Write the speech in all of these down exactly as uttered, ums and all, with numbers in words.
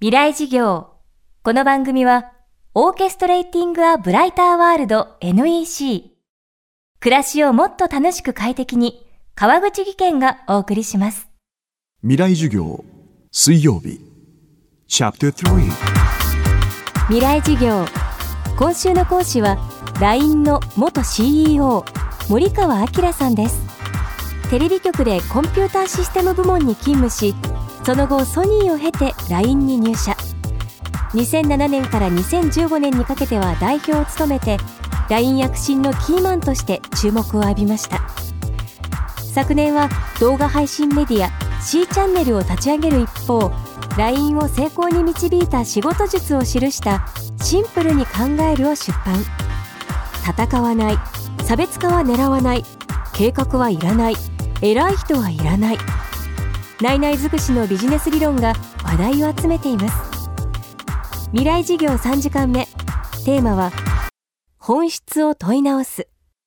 未来事業。この番組はオーケストレーティングアブライターワールド エヌイーシー 暮らしをもっと楽しく快適に川口義賢がお送りします。 未来授業水曜日チャプタースリー未来事業。今週の講師は ライン の元 シーイーオー 森川明さんです。テレビ局でコンピューターシステム部門に勤務し、その後ソニーを経て ライン に入社。にせんななねんからにせんじゅうごねんにかけては代表を務めて ライン 躍進のキーマンとして注目を浴びました。昨年は動画配信メディア C チャンネルを立ち上げる一方、 ライン を成功に導いた仕事術を記したシンプルに考えるを出版。戦わない、差別化は狙わない、計画はいらない、偉い人はいらない、内々尽くしのビジネス理論が話題を集めています。未来事業さんじかんめ、テーマは本質を問い直す。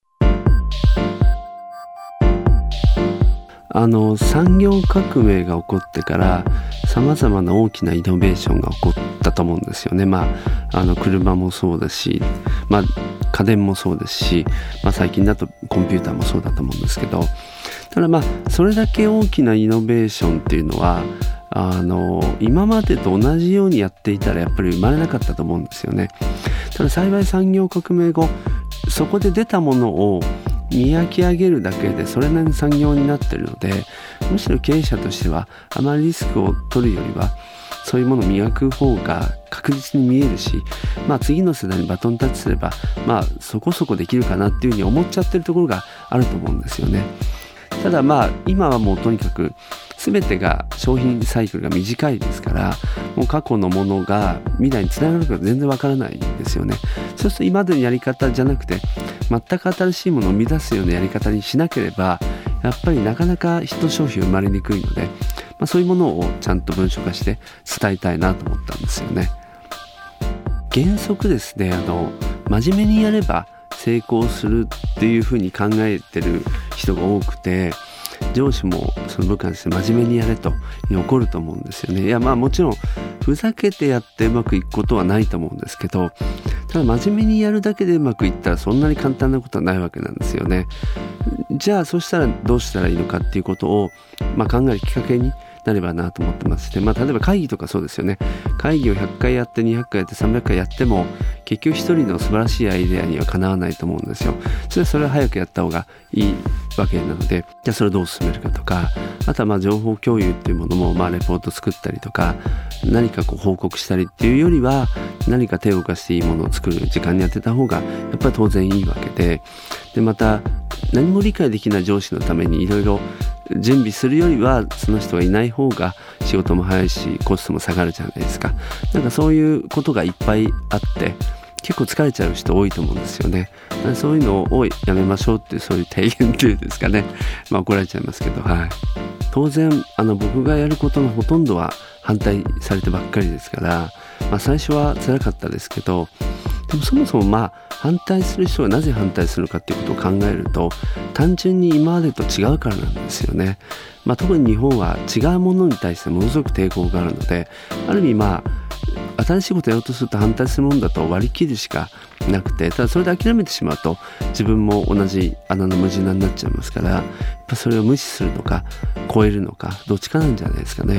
あの産業革命が起こってからさまざまな大きなイノベーションが起こったと思うんですよね。まあ、あの車もそうだし、まあ、家電もそうですし、まあ、最近だとコンピューターもそうだと思うんですけど、ただまあそれだけ大きなイノベーションっていうのはあの今までと同じようにやっていたらやっぱり生まれなかったと思うんですよね。ただ幸い産業革命後、そこで出たものを磨き上げるだけでそれなりに産業になっているので、むしろ経営者としてはあまりリスクを取るよりはそういうものを磨く方が確実に見えるし、まあ、次の世代にバトンタッチすれば、まあ、そこそこできるかなっていうふうに思っちゃってるところがあると思うんですよね。ただまあ今はもうとにかく全てが商品サイクルが短いですから、もう過去のものが未来につながるか全然わからないんですよね。そうすると今までのやり方じゃなくて全く新しいものを生み出すようなやり方にしなければ、やっぱりなかなかヒット商品生まれにくいので、まあ、そういうものをちゃんと文書化して伝えたいなと思ったんですよね。原則ですね、あの真面目にやれば成功するっていうふうに考えてる人が多くて、上司もその部下にして真面目にやれと怒ると思うんですよね。いやまあもちろんふざけてやってうまくいくことはないと思うんですけど、ただ真面目にやるだけでうまくいったらそんなに簡単なことはないわけなんですよね。じゃあそしたらどうしたらいいのかっていうことを、まあ、考えるきっかけになればなと思ってまして、まあ、例えば会議とかそうですよね。会議をひゃっかいやってにひゃっかいやってさんびゃっかいやっても結局一人の素晴らしいアイデアにはかなわないと思うんですよ。それはそれは早くやった方がいいわけなので、じゃあそれをどう進めるかとか、あとはまあ情報共有っていうものもまあレポート作ったりとか何かこう報告したりっていうよりは、何か手を動かしていいものを作る時間にやってた方がやっぱり当然いいわけで、でまた何も理解できない上司のためにいろいろ準備するよりはその人がいない方が仕事も早いしコストも下がるじゃないですか。なんかそういうことがいっぱいあって結構疲れちゃう人多いと思うんですよね。そういうのをやめましょうっていう、そういう提言っていうんですかね。まあ怒られちゃいますけど、はい。当然あの僕がやることのほとんどは反対されてばっかりですから、まあ、最初は辛かったですけど、でもそもそもまあ反対する人がなぜ反対するのかっていうことを考えると、単純に今までと違うからなんですよね。まあ、特に日本は違うものに対してものすごく抵抗があるので、ある意味まあ新しいことをやろうとすると反対するものだと割り切るしかなくて、ただそれで諦めてしまうと自分も同じ穴の無地になっちゃいますから、やっぱそれを無視するのか超えるのかどっちかなんじゃないですかね。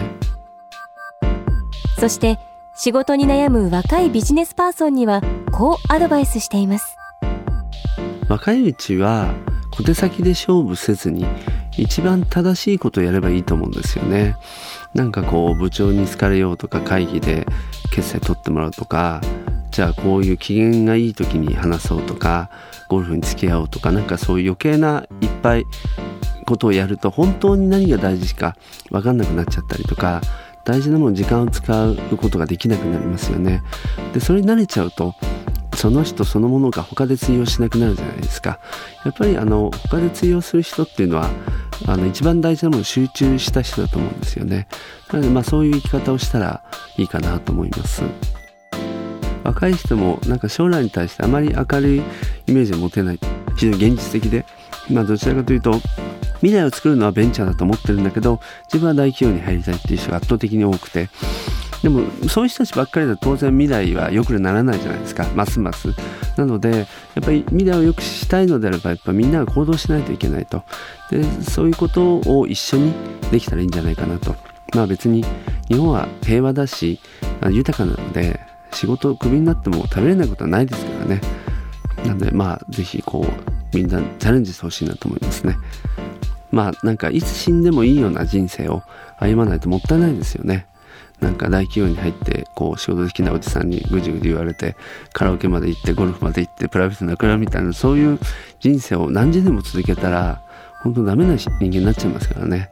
そして仕事に悩む若いビジネスパーソンにはこうアドバイスしています。 若いうちは小手先で勝負せずに一番正しいことをやればいいと思うんですよね。なんかこう部長に好かれようとか、会議で決裁取ってもらうとか、じゃあこういう機嫌がいい時に話そうとか、ゴルフに付き合おうとか、なんかそういう余計ないっぱいことをやると本当に何が大事か分かんなくなっちゃったりとか、大事なもの時間を使うことができなくなりますよね。でそれに慣れちゃうとその人そのものが他で通用しなくなるじゃないですか。やっぱりあの他で通用する人っていうのはあの一番大事なものを集中した人だと思うんですよね。なのでまあそういう生き方をしたらいいかなと思います。若い人もなんか将来に対してあまり明るいイメージを持てない、非常に現実的で、まあどちらかというと未来を作るのはベンチャーだと思ってるんだけど自分は大企業に入りたいっていう人が圧倒的に多くて、 でもそういう人たちばっかりだと当然未来は良くならないじゃないですか、ますます。なのでやっぱり未来を良くしたいのであればやっぱみんなが行動しないといけないと。でそういうことを一緒にできたらいいんじゃないかなと。まあ別に日本は平和だし豊かなので仕事クビになっても食べれないことはないですからね。なのでまあぜひこうみんなチャレンジしてほしいなと思いますね。まあなんかいつ死んでもいいような人生を歩まないともったいないですよね。なんか大企業に入ってこう仕事できないおじさんにぐじぐじ言われてカラオケまで行ってゴルフまで行ってプライベートなくなるみたいな、そういう人生を何十年も続けたら本当ダメな人間になっちゃいますからね。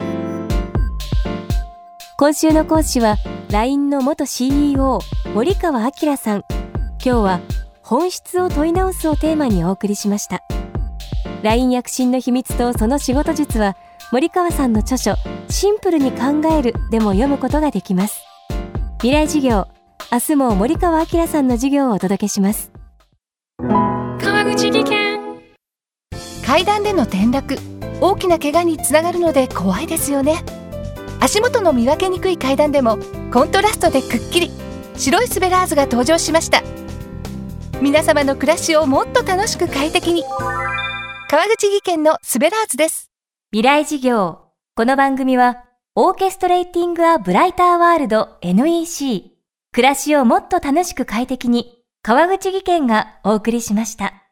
今週の講師は ライン の元 シーイーオー 森川明さん。今日は本質を問い直すをテーマにお送りしました。 ライン 躍進の秘密とその仕事術は森川さんの著書シンプルに考えるでも読むことができます。未来授業、明日も森川明さんの授業をお届けします。 川口技研。階段での転落、大きな怪我につながるので怖いですよね。足元の見分けにくい階段でもコントラストでくっきり白いスベラーズが登場しました。皆様の暮らしをもっと楽しく快適に、川口技研のスベラーズです。 未来授業、この番組はオーケストレーティングアブライターワールド エヌイーシー、 暮らしをもっと楽しく快適に、川口技研がお送りしました。